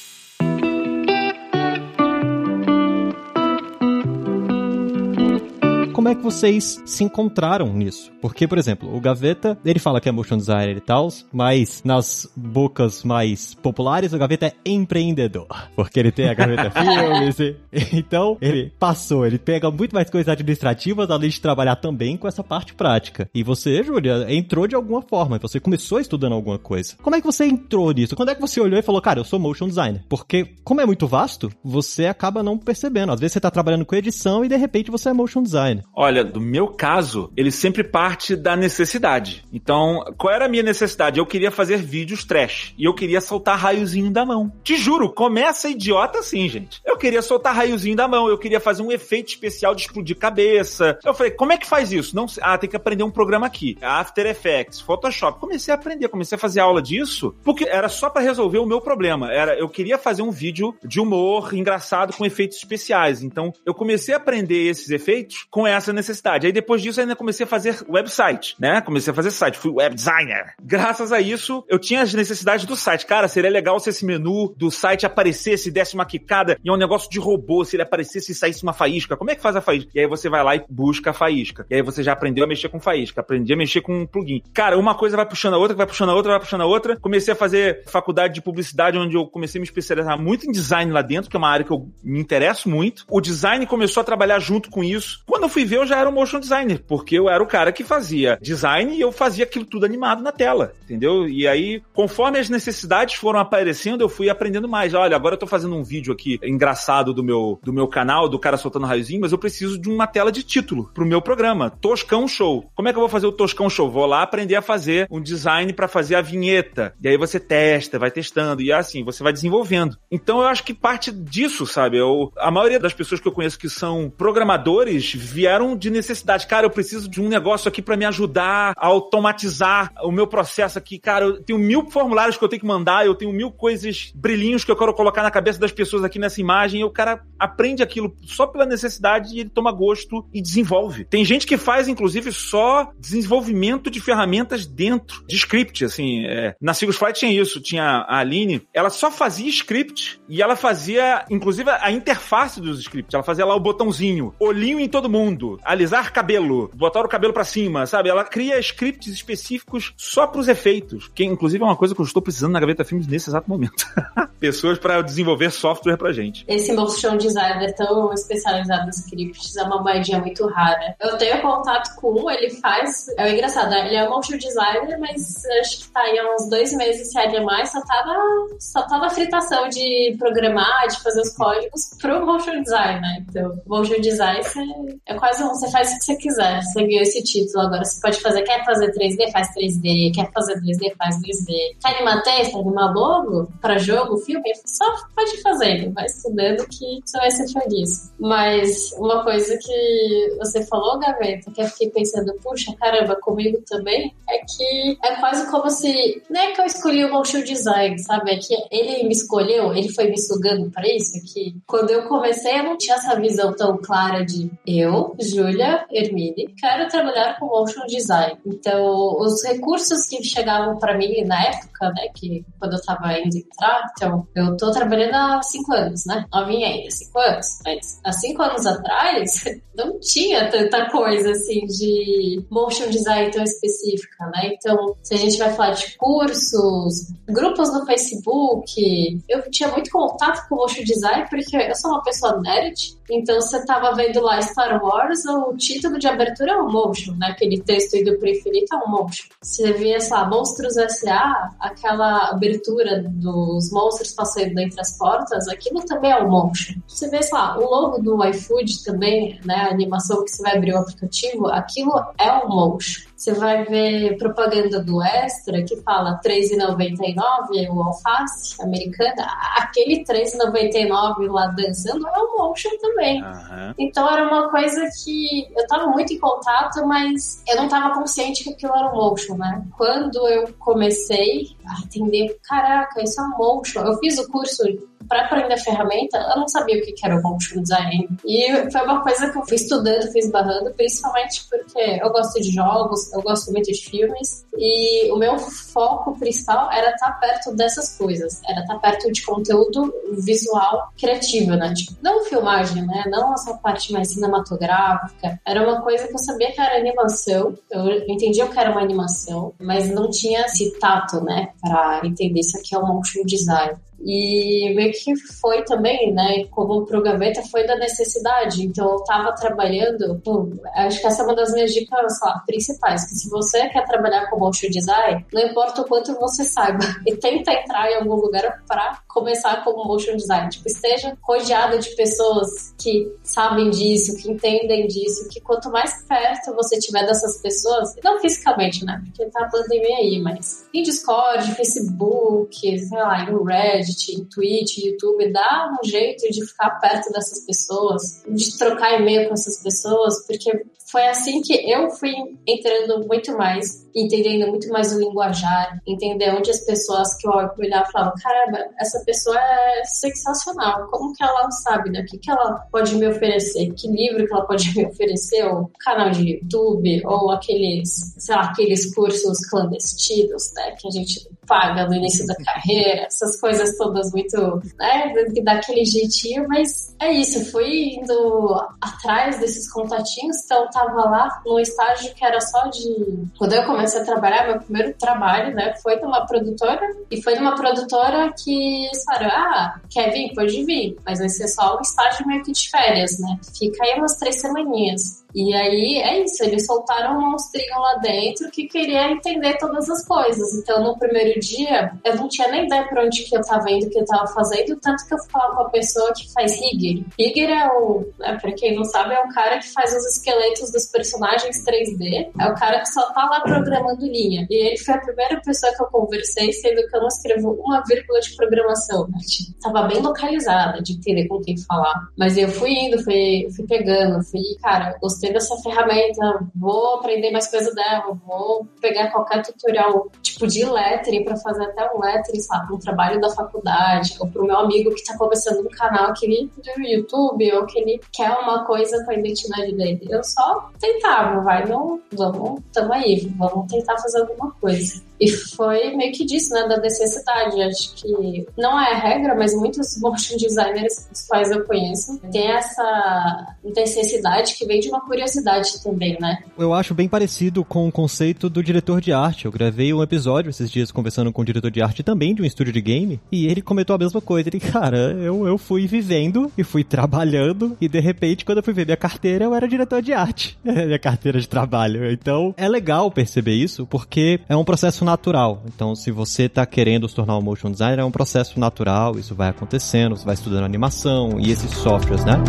Como é que vocês se encontraram nisso? Porque, por exemplo, o Gaveta, ele fala que é motion designer e tal, mas nas bocas mais populares, o Gaveta é empreendedor. Porque ele tem a Gaveta Filmes. E, então, ele passou, ele pega muito mais coisas administrativas, além de trabalhar também com essa parte prática. E você, Júlia, entrou de alguma forma, você começou estudando alguma coisa. Como é que você entrou nisso? Quando é que você olhou e falou, cara, eu sou motion designer? Porque, como é muito vasto, você acaba não percebendo. Às vezes você tá trabalhando com edição e, de repente, você é motion designer. Olha, do meu caso, ele sempre parte da necessidade. Então, qual era a minha necessidade? Eu queria fazer vídeos trash. E eu queria soltar raiozinho da mão. Te juro, começa idiota assim, gente. Eu queria soltar raiozinho da mão. Eu queria fazer um efeito especial de explodir cabeça. Eu falei, como é que faz isso? Não, ah, tem que aprender um programa aqui. After Effects, Photoshop. Comecei a aprender, comecei a fazer aula disso, porque era só pra resolver o meu problema. Era, eu queria fazer um vídeo de humor engraçado com efeitos especiais. Então, eu comecei a aprender esses efeitos com essa necessidade. Aí, depois disso, ainda comecei a fazer website, né? Comecei a fazer site. Fui web designer. Graças a isso, eu tinha as necessidades do site. Cara, seria legal se esse menu do site aparecesse, desse uma quicada e é um negócio de robô, se ele aparecesse e saísse uma faísca. Como é que faz a faísca? E aí você vai lá e busca a faísca. E aí você já aprendeu a mexer com faísca, aprendi a mexer com um plugin. Cara, uma coisa vai puxando a outra, vai puxando a outra, vai puxando a outra. Comecei a fazer faculdade de publicidade, onde eu comecei a me especializar muito em design lá dentro, que é uma área que eu me interesso muito. O design começou a trabalhar junto com isso. Quando eu fui ver, eu já era um motion designer, porque eu era o cara que fazia design e eu fazia aquilo tudo animado na tela, entendeu? E aí, conforme as necessidades foram aparecendo, eu fui aprendendo mais. Olha, agora eu tô fazendo um vídeo aqui engraçado do meu, do meu canal, do cara soltando raiozinho, mas eu preciso de uma tela de título pro meu programa. Toscão Show. Como é que eu vou fazer o Toscão Show? Vou lá aprender a fazer um design pra fazer a vinheta. E aí você testa, vai testando, e assim, você vai desenvolvendo. Então eu acho que parte disso, sabe? Eu, a maioria das pessoas que eu conheço que são programadores vieram de necessidade. Cara, eu preciso de um negócio aqui pra me ajudar a automatizar o meu processo aqui. Cara, eu tenho mil formulários que eu tenho que mandar, eu tenho mil coisas, brilhinhos que eu quero colocar na cabeça das pessoas aqui nessa imagem, e o cara aprende aquilo só pela necessidade e ele toma gosto e desenvolve. Tem gente que faz, inclusive, só desenvolvimento de ferramentas dentro de script, assim. É. Na Sigusfly tinha isso, tinha a Aline, ela só fazia script e ela fazia, inclusive, a interface dos scripts. Ela fazia lá o botãozinho, olhinho em todo mundo, alisar cabelo, botar o cabelo pra cima, sabe? Ela cria scripts específicos só pros efeitos, que inclusive é uma coisa que eu estou precisando na Gaveta Filmes nesse exato momento. Pessoas pra desenvolver software pra gente. Esse motion designer tão especializado em scripts é uma moedinha muito rara. Eu tenho contato com um, ele faz... É engraçado, né? Ele é um motion designer, mas acho que tá aí há uns dois meses, se é mais, só tá na, só tá na fritação de programar, de fazer os códigos pro motion design, né? Então, motion design você, é quase um... Você faz o que você quiser. Você ganhou esse título agora. Você pode fazer... Quer fazer três D? Faz três D. Quer fazer dois D? Faz dois D. Quer animar texto? Animar logo? Pra jogo? Filme? Só pode fazer. Vai estudando que você vai ser feliz. Mas uma coisa que você falou, Gaveta, que eu fiquei pensando, puxa, caramba, comigo também, é que é quase como se... Não é que eu escolhi o motion design, sabe? É que ele me escolheu, ele foi me sugando pra isso, que quando eu comecei eu não tinha essa visão tão clara de eu, Júlia Hermine, quero trabalhar com motion design. Então, os recursos que chegavam pra mim na época, né, que quando eu tava indo entrar, então, eu tô trabalhando há cinco anos, né? Novinha ainda, cinco anos. Mas há cinco anos atrás, não tinha tanta coisa, assim, de motion design tão específica, né? Então, se a gente vai falar de cursos, grupos no Facebook, eu tinha muito contato com motion design porque eu sou uma pessoa nerd, então você tava vendo lá Star Wars, o título de abertura é um motion, né? Aquele texto aí do preferido é um motion. Você via, sei lá, Monstros S A, aquela abertura dos monstros passando entre as portas, aquilo também é um motion. Você vê, sei lá, o logo do iFood também, né? A animação que você vai abrir o aplicativo, aquilo é um motion. Você vai ver propaganda do Extra que fala três reais e noventa e nove centavos, o alface americana, aquele três reais e noventa e nove centavos lá dançando é um motion também. Uhum. Então era uma coisa que eu tava muito em contato, mas eu não tava consciente que aquilo era um motion, né? Quando eu comecei a entender, caraca, isso é um motion. Eu fiz o curso pra aprender a ferramenta, eu não sabia o que era o motion design. E foi uma coisa que eu fui estudando, fui esbarrando, principalmente porque eu gosto de jogos, eu gosto muito de filmes, e o meu foco principal era estar perto dessas coisas, era estar perto de conteúdo visual criativo, né? Tipo, não filmagem, né? Não essa parte mais cinematográfica. Era uma coisa que eu sabia que era animação, eu entendia o que era uma animação, mas não tinha esse tato, né? Pra entender isso aqui é o motion design. E meio que foi também, né, como pro Gaveta, foi da necessidade. Então eu tava trabalhando, pô, acho que essa é uma das minhas dicas, sei lá, principais, que se você quer trabalhar com motion design, não importa o quanto você saiba, e tenta entrar em algum lugar pra começar como motion design, tipo, esteja rodeado de pessoas que sabem disso, que entendem disso, que quanto mais perto você tiver dessas pessoas, não fisicamente, né, porque tá a pandemia aí, mas em Discord, Facebook, sei lá, em Reddit, em Twitch, YouTube, dá um jeito de ficar perto dessas pessoas, de trocar e-mail com essas pessoas, porque foi assim que eu fui entrando muito mais, entendendo muito mais o linguajar, entender onde as pessoas que eu olhava e falava, caramba, essa pessoa é sensacional, como que ela sabe, né? O que que ela pode me oferecer? Que livro que ela pode me oferecer? Ou canal de YouTube, ou aqueles, sei lá, aqueles cursos clandestinos, né? Que a gente paga no início da carreira, essas coisas todas muito, né? Daquele jeitinho, mas é isso, fui indo atrás desses contatinhos, então tava lá num estágio que era só de... Quando eu comecei a trabalhar, meu primeiro trabalho, né, foi numa produtora, e foi numa produtora que, sabe, ah, quer vir? Pode vir, mas vai ser só um estágio meio que de férias, né, fica aí umas três semaninhas. E aí, é isso, eles soltaram um monstrinho lá dentro que queria entender todas as coisas. Então, no primeiro dia, eu não tinha nem ideia pra onde que eu tava indo, o que eu tava fazendo, tanto que eu falava com a pessoa que faz Rigger. Rigger é o, né, pra quem não sabe, é o cara que faz os esqueletos dos personagens três D. É o cara que só tá lá programando linha. E ele foi a primeira pessoa que eu conversei, sendo que eu não escrevo uma vírgula de programação, né? Tava bem localizada de entender com quem falar. Mas eu fui indo, fui, fui pegando, fui, cara, gostei dessa ferramenta, vou aprender mais coisa dela, vou pegar qualquer tutorial tipo de lettering pra fazer até um lettering, sabe, um trabalho da faculdade, ou pro meu amigo que tá começando um canal que ele do YouTube, ou que ele quer uma coisa com a identidade dele. Eu só tentava, vai, não, vamos, tamo aí, vamos tentar fazer alguma coisa. E foi meio que disso, né, da necessidade. Acho que não é a regra, mas muitos motion designers, os quais eu conheço, têm essa necessidade que vem de uma curiosidade também, né? Eu acho bem parecido com o conceito do diretor de arte. Eu gravei um episódio esses dias conversando com o diretor de arte também de um estúdio de game, e ele comentou a mesma coisa. Ele, cara, eu, eu fui vivendo e fui trabalhando, e de repente, quando eu fui ver minha carteira, eu era diretor de arte. Minha carteira de trabalho. Então, é legal perceber isso, porque é um processo natural. Então, se você tá querendo se tornar um motion designer, é um processo natural, isso vai acontecendo, você vai estudando animação e esses softwares, né?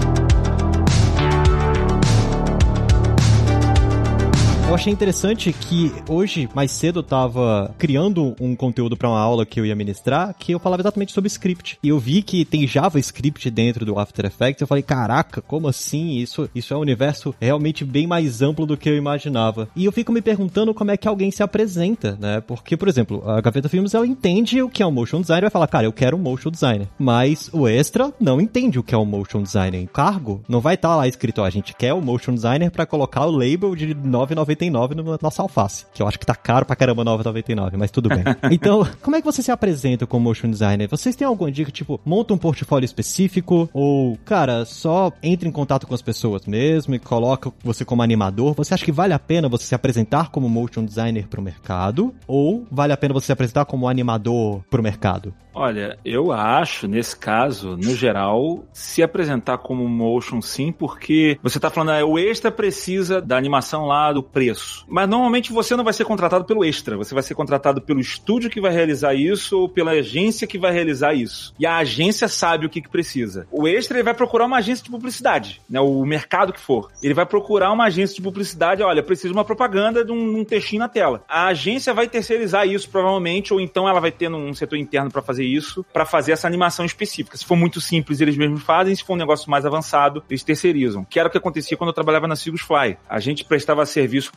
Eu achei interessante que hoje, mais cedo, eu tava criando um conteúdo pra uma aula que eu ia ministrar, que eu falava exatamente sobre script. E eu vi que tem JavaScript dentro do After Effects. Eu falei, caraca, como assim? Isso, isso é um universo realmente bem mais amplo do que eu imaginava. E eu fico me perguntando como é que alguém se apresenta, né? Porque, por exemplo, a Gaveta Filmes, ela entende o que é um motion designer e vai falar, cara, eu quero um motion designer. Mas o Extra não entende o que é um motion designer. O cargo não vai estar lá escrito, ó, a gente quer um motion designer pra colocar o label de nove reais e noventa e nove centavos na nossa alface, que eu acho que tá caro pra caramba nove reais e noventa e nove centavos, mas tudo bem. Então, como é que você se apresenta como motion designer? Vocês têm alguma dica, tipo, monta um portfólio específico ou, cara, só entra em contato com as pessoas mesmo e coloca você como animador? Você acha que vale a pena você se apresentar como motion designer pro mercado ou vale a pena você se apresentar como animador pro mercado? Olha, eu acho, nesse caso, no geral, se apresentar como motion sim, porque você tá falando, ah, o extra precisa da animação lá, do preço. Mas normalmente você não vai ser contratado pelo extra, você vai ser contratado pelo estúdio que vai realizar isso ou pela agência que vai realizar isso. E a agência sabe o que, que precisa. O extra, ele vai procurar uma agência de publicidade, né, o mercado que for. Ele vai procurar uma agência de publicidade, olha, precisa de uma propaganda de um, um textinho na tela. A agência vai terceirizar isso, provavelmente, ou então ela vai ter um setor interno para fazer isso, para fazer essa animação específica. Se for muito simples, eles mesmos fazem. Se for um negócio mais avançado, eles terceirizam. Que era o que acontecia quando eu trabalhava na Sigus Fly. A gente prestava serviço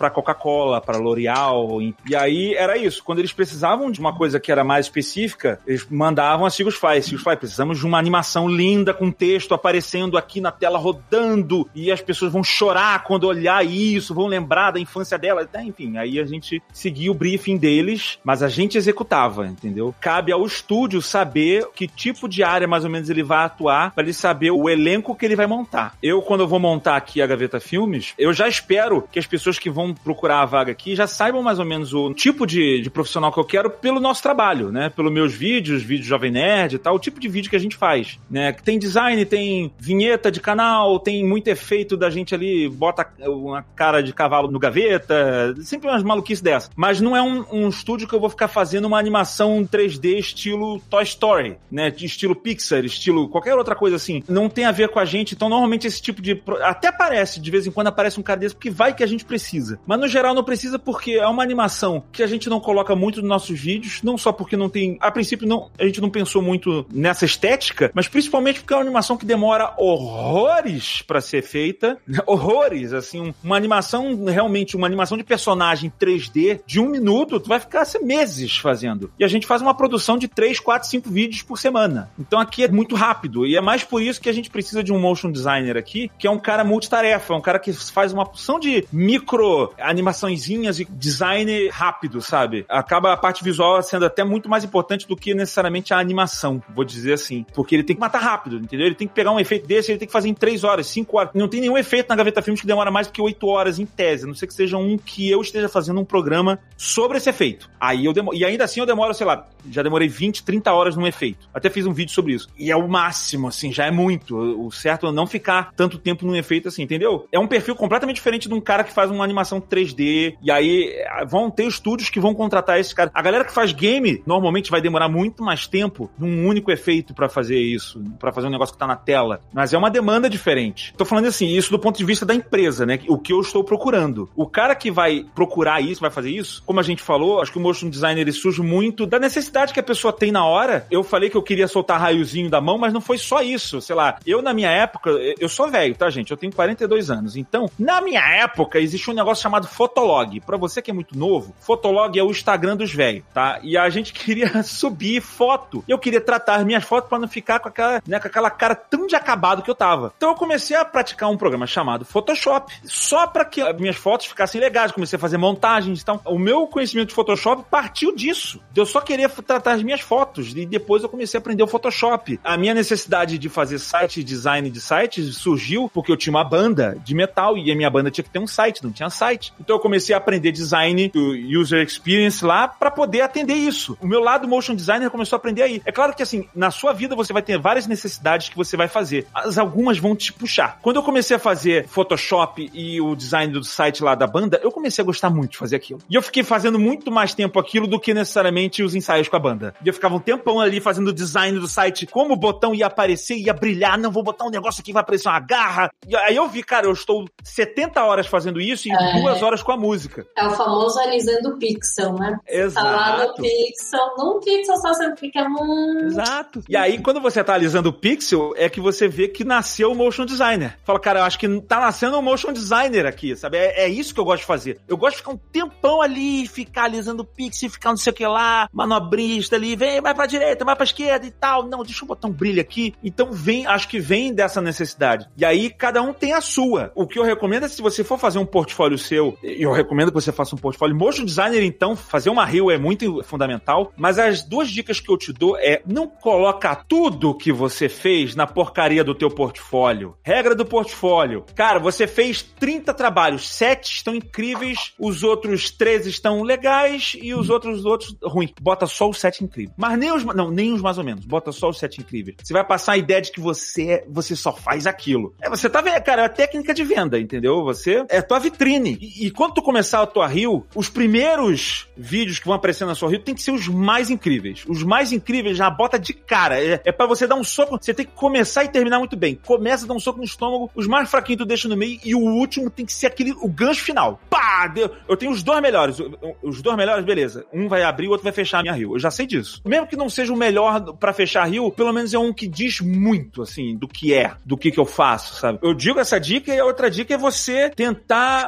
pra Coca-Cola, pra L'Oreal, e aí era isso. Quando eles precisavam de uma coisa que era mais específica, eles mandavam a Sigus Fly. Sigus Fly, precisamos de uma animação linda com texto aparecendo aqui na tela rodando, e as pessoas vão chorar quando olhar isso, vão lembrar da infância dela, enfim, aí a gente seguia o briefing deles, mas a gente executava, entendeu? Cabe ao estúdio saber que tipo de área mais ou menos ele vai atuar, para ele saber o elenco que ele vai montar. Eu, quando eu vou montar aqui a Gaveta Filmes, eu já espero que as pessoas que vão procurar a vaga aqui já saibam mais ou menos o tipo de, de profissional que eu quero pelo nosso trabalho, né? Pelos meus vídeos, vídeos Jovem Nerd e tal, o tipo de vídeo que a gente faz, né? Tem design, tem vinheta de canal, tem muito efeito da gente ali, bota uma cara de cavalo no gaveta, sempre umas maluquices dessas. Mas não é um, um estúdio que eu vou ficar fazendo uma animação três D estilo Toy Story, né? Estilo Pixar, estilo qualquer outra coisa assim. Não tem a ver com a gente, então normalmente esse tipo de... Até aparece, de vez em quando aparece um cara desse, porque vai que a gente precisa. Mas no geral não precisa porque é uma animação que a gente não coloca muito nos nossos vídeos, não só porque não tem... A princípio não, a gente não pensou muito nessa estética, mas principalmente porque é uma animação que demora horrores pra ser feita. Horrores, assim, uma animação, realmente, uma animação de personagem três D de um minuto, tu vai ficar assim, meses fazendo. E a gente faz uma produção de três, quatro, cinco vídeos por semana. Então aqui é muito rápido, e é mais por isso que a gente precisa de um motion designer aqui, que é um cara multitarefa, um cara que faz uma porção de micro animaçõezinhas e design rápido, sabe? Acaba a parte visual sendo até muito mais importante do que necessariamente a animação, vou dizer assim. Porque ele tem que matar rápido, entendeu? Ele tem que pegar um efeito desse, ele tem que fazer em três horas, cinco horas. Não tem nenhum efeito na Gaveta Filmes que demora mais do que oito horas em tese, a não ser que seja um que eu esteja fazendo um programa sobre esse efeito. Aí eu demoro, e ainda assim eu demoro, sei lá, já demorei vinte, trinta horas num efeito. Até fiz um vídeo sobre isso. E é o máximo, assim, já é muito. O certo é não ficar tanto tempo num efeito assim, entendeu? É um perfil completamente diferente de um cara que faz uma animação três D, e aí vão ter estúdios que vão contratar esse cara. A galera que faz game, normalmente vai demorar muito mais tempo num único efeito pra fazer isso, pra fazer um negócio que tá na tela. Mas é uma demanda diferente. Tô falando assim, isso do ponto de vista da empresa, né? O que eu estou procurando. O cara que vai procurar isso, vai fazer isso, como a gente falou, acho que o motion designer ele surge muito da necessidade que a pessoa tem na hora. Eu falei que eu queria soltar raiozinho da mão, mas não foi só isso. Sei lá, eu na minha época, eu sou velho, tá, gente? Eu tenho quarenta e dois anos. Então, na minha época, existe um negócio chamado Fotolog. Pra você que é muito novo, Fotolog é o Instagram dos velhos, tá? E a gente queria subir foto. Eu queria tratar as minhas fotos pra não ficar com aquela, né, com aquela cara tão de acabado que eu tava. Então eu comecei a praticar um programa chamado Photoshop, só pra que as minhas fotos ficassem legais. Comecei a fazer montagens e tal. O meu conhecimento de Photoshop partiu disso. Eu só queria tratar as minhas fotos e depois eu comecei a aprender o Photoshop. A minha necessidade de fazer site, design de sites, surgiu porque eu tinha uma banda de metal e a minha banda tinha que ter um site, não tinha site. Então eu comecei a aprender design, user experience lá pra poder atender isso. O meu lado motion designer começou a aprender aí. É claro que assim, na sua vida você vai ter várias necessidades que você vai fazer. As algumas vão te puxar. Quando eu comecei a fazer Photoshop e o design do site lá da banda, eu comecei a gostar muito de fazer aquilo. E eu fiquei fazendo muito mais tempo aquilo do que necessariamente os ensaios com a banda. E eu ficava um tempão ali fazendo o design do site, como o botão ia aparecer, ia brilhar, não vou botar um negócio aqui, vai aparecer uma garra. E aí eu vi, cara, eu estou setenta horas fazendo isso e é. duas horas com a música. É o famoso alisando o pixel, né? Exato. Tá lá no pixel, num pixel só você fica muito... Exato. E aí, quando você tá alisando o pixel, é que você vê que nasceu o motion designer. Fala, cara, eu acho que tá nascendo um motion designer aqui, sabe? É, é isso que eu gosto de fazer. Eu gosto de ficar um tempão ali, ficar alisando o pixel, ficar não sei o que lá, manobrista ali, vem, vai pra direita, vai pra esquerda e tal. Não, deixa eu botar um brilho aqui. Então vem, acho que vem dessa necessidade. E aí, cada um tem a sua. O que eu recomendo é, se você for fazer um portfólio seu, eu recomendo que você faça um portfólio. Motion designer, então, fazer uma reel é muito fundamental, mas as duas dicas que eu te dou é, não coloca tudo que você fez na porcaria do teu portfólio. Regra do portfólio. Cara, você fez trinta trabalhos, sete estão incríveis, os outros treze estão legais e os outros outros ruins. Bota só os sete incríveis. Mas nem os, não, nem os mais ou menos. Bota só os sete incríveis. Você vai passar a ideia de que você, você só faz aquilo. É, você tá vendo, cara, é a técnica de venda, entendeu? Você é a tua vitrine. E, e quando tu começar a tua reel, os primeiros vídeos que vão aparecer na sua reel tem que ser os mais incríveis. Os mais incríveis já bota de cara. É, é pra você dar um soco, você tem que começar e terminar muito bem. Começa a dar um soco no estômago, os mais fraquinhos tu deixa no meio e o último tem que ser aquele, o gancho final. Pá! Deu. Eu tenho os dois melhores. Os dois melhores, beleza. Um vai abrir, o outro vai fechar a minha reel. Eu já sei disso. Mesmo que não seja o melhor pra fechar a reel, pelo menos é um que diz muito, assim, do que é, do que que eu faço, sabe? Eu digo essa dica e a outra dica é você tentar mostrar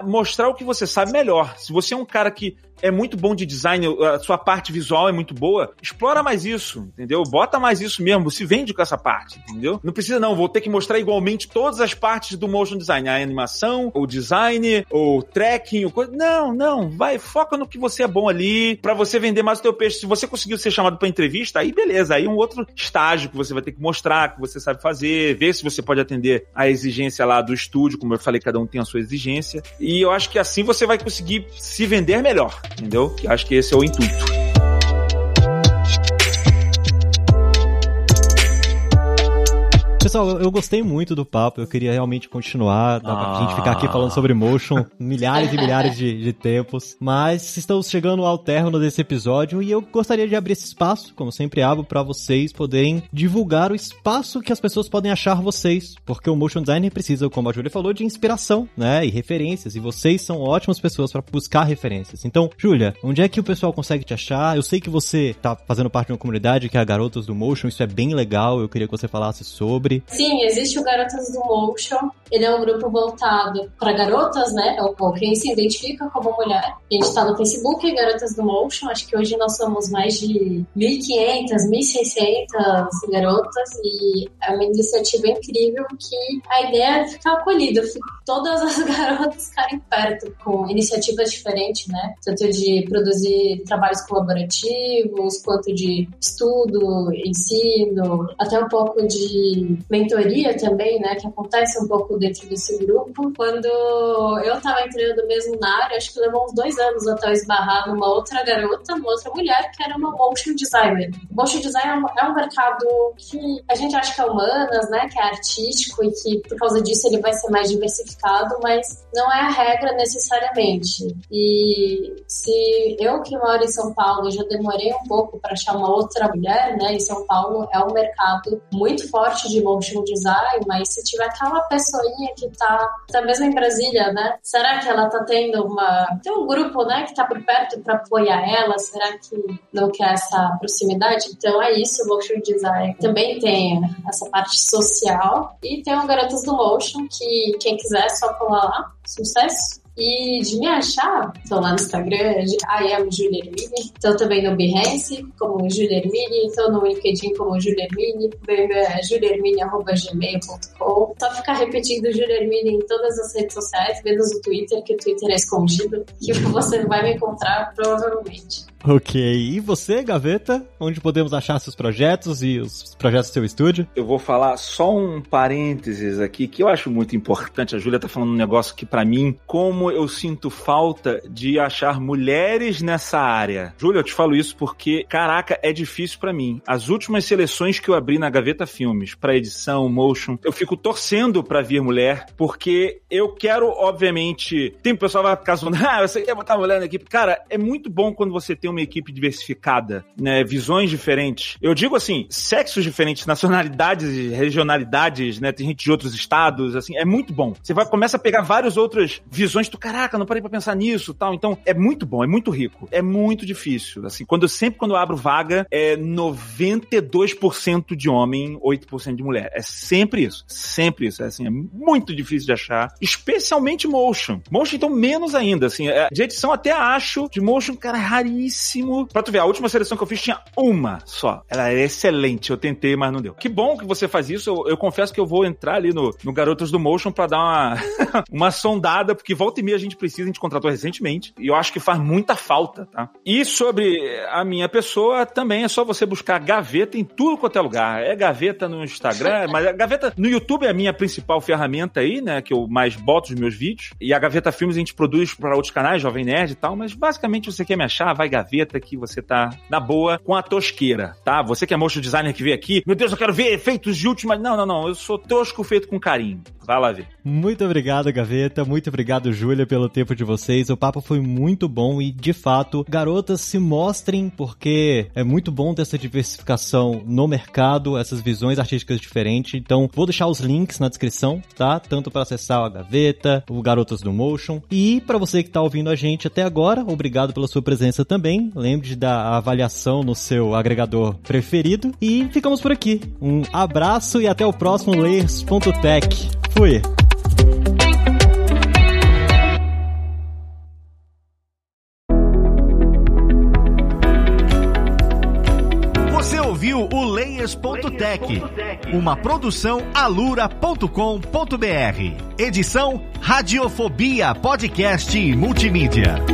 mostrar o que você sabe melhor. Se você é um cara que é muito bom de design, a sua parte visual é muito boa, explora mais isso, entendeu? Bota mais isso mesmo, se vende com essa parte, entendeu? Não precisa não, vou ter que mostrar igualmente todas as partes do motion design, a animação, o design, o tracking, o coisa. Não, não, vai, foca no que você é bom ali, pra você vender mais o teu peixe. Se você conseguiu ser chamado pra entrevista, aí beleza, aí é um outro estágio que você vai ter que mostrar, que você sabe fazer, ver se você pode atender a exigência lá do estúdio, como eu falei, cada um tem a sua exigência, e eu acho que assim você vai conseguir se vender melhor. Entendeu? Acho que esse é o intuito. Pessoal, eu, eu gostei muito do papo, eu queria realmente continuar, dá pra ah. gente ficar aqui falando sobre motion milhares e milhares de, de tempos, mas estamos chegando ao término desse episódio e eu gostaria de abrir esse espaço, como sempre abro, pra vocês poderem divulgar o espaço que as pessoas podem achar vocês, porque o motion designer precisa, como a Júlia falou, de inspiração, né, e referências, e vocês são ótimas pessoas pra buscar referências. Então, Júlia, onde é que o pessoal consegue te achar? Eu sei que você tá fazendo parte de uma comunidade que é a Garotas do Motion, isso é bem legal, eu queria que você falasse sobre. Sim, existe o Garotas do Motion. Ele é um grupo voltado para garotas, né? Ou quem se identifica como mulher. A gente está no Facebook, Garotas do Motion. Acho que hoje nós somos mais de mil e quinhentas, mil e seiscentas garotas. E é uma iniciativa incrível que a ideia é ficar acolhida. Todas as garotas ficarem perto com iniciativas diferentes, né? Tanto de produzir trabalhos colaborativos, quanto de estudo, ensino, até um pouco de mentoria também, né, que acontece um pouco dentro desse grupo. Quando eu tava entrando mesmo na área, acho que levou uns dois anos até eu esbarrar numa outra garota, numa outra mulher, que era uma motion designer. Motion design é um, é um mercado que a gente acha que é humanas, né, que é artístico e que por causa disso ele vai ser mais diversificado, mas não é a regra necessariamente. E se eu que moro em São Paulo já demorei um pouco para achar uma outra mulher, né, em São Paulo é um mercado muito forte de motion design, mas se tiver aquela pessoinha que tá, tá mesmo em Brasília, né? Será que ela tá tendo uma... Tem um grupo, né, que tá por perto pra apoiar ela? Será que não quer essa proximidade? Então é isso, o motion design também tem essa parte social e tem o Garotas do Motion, que quem quiser é só colar lá. Sucesso! E de me achar, estou lá no Instagram, I am Julia Hermine, estou também no Behance como Julia Hermine, estou no LinkedIn como Julia Hermine, meu e-mail é julia hermine arroba gmail ponto com. Só ficar repetindo Julia Hermine em todas as redes sociais, menos o Twitter, que o Twitter é escondido, que você vai me encontrar provavelmente. Ok, e você, Gaveta? Onde podemos achar seus projetos e os projetos do seu estúdio? Eu vou falar só um parênteses aqui, que eu acho muito importante. A Júlia tá falando um negócio que, pra mim, como eu sinto falta de achar mulheres nessa área. Júlia, eu te falo isso porque, caraca, é difícil pra mim. As últimas seleções que eu abri na Gaveta Filmes, pra edição, motion, eu fico torcendo pra vir mulher, porque eu quero, obviamente... Tem o pessoal que vai ficar zoando, ah, você quer botar mulher na equipe? Cara, é muito bom quando você tem uma equipe diversificada, né, visões diferentes. Eu digo assim, sexos diferentes, nacionalidades, regionalidades, né, tem gente de outros estados, assim, é muito bom. Você vai, começa a pegar várias outras visões, tu, caraca, não parei pra pensar nisso, tal. Então, é muito bom, é muito rico, é muito difícil. Assim, quando eu sempre, quando eu abro vaga, é noventa e dois por cento de homem, oito por cento de mulher. É sempre isso, sempre isso. É, assim, é muito difícil de achar, especialmente motion. Motion, então, menos ainda, assim, de edição até acho, de motion, cara, é raríssimo. Pra tu ver, a última seleção que eu fiz tinha uma só. Ela era excelente, eu tentei, mas não deu. Que bom que você faz isso, eu, eu confesso que eu vou entrar ali no, no Garotas do Motion pra dar uma, uma sondada, porque volta e meia a gente precisa, a gente contratou recentemente, e eu acho que faz muita falta, tá? E sobre a minha pessoa, também é só você buscar Gaveta em tudo quanto é lugar. É Gaveta no Instagram, mas a Gaveta no YouTube é a minha principal ferramenta aí, né, que eu mais boto os meus vídeos, e a Gaveta Filmes a gente produz pra outros canais, Jovem Nerd e tal, mas basicamente você quer me achar, vai Gaveta, que você tá na boa com a tosqueira, tá? Você que é motion designer que veio aqui, meu Deus, eu quero ver efeitos de última... Não, não, não, eu sou tosco feito com carinho. Vai lá ver. Muito obrigado, Gaveta, muito obrigado, Júlia, pelo tempo de vocês. O papo foi muito bom e, de fato, garotas, se mostrem, porque é muito bom ter essa diversificação no mercado, essas visões artísticas diferentes. Então, vou deixar os links na descrição, tá? Tanto para acessar a Gaveta, o Garotas do Motion. E para você que tá ouvindo a gente até agora, obrigado pela sua presença também. Lembre de dar a avaliação no seu agregador preferido. E ficamos por aqui. Um abraço e até o próximo Layers ponto tech. Fui! players ponto tech, uma produção alura ponto com ponto br. Edição Radiofobia Podcast e Multimídia.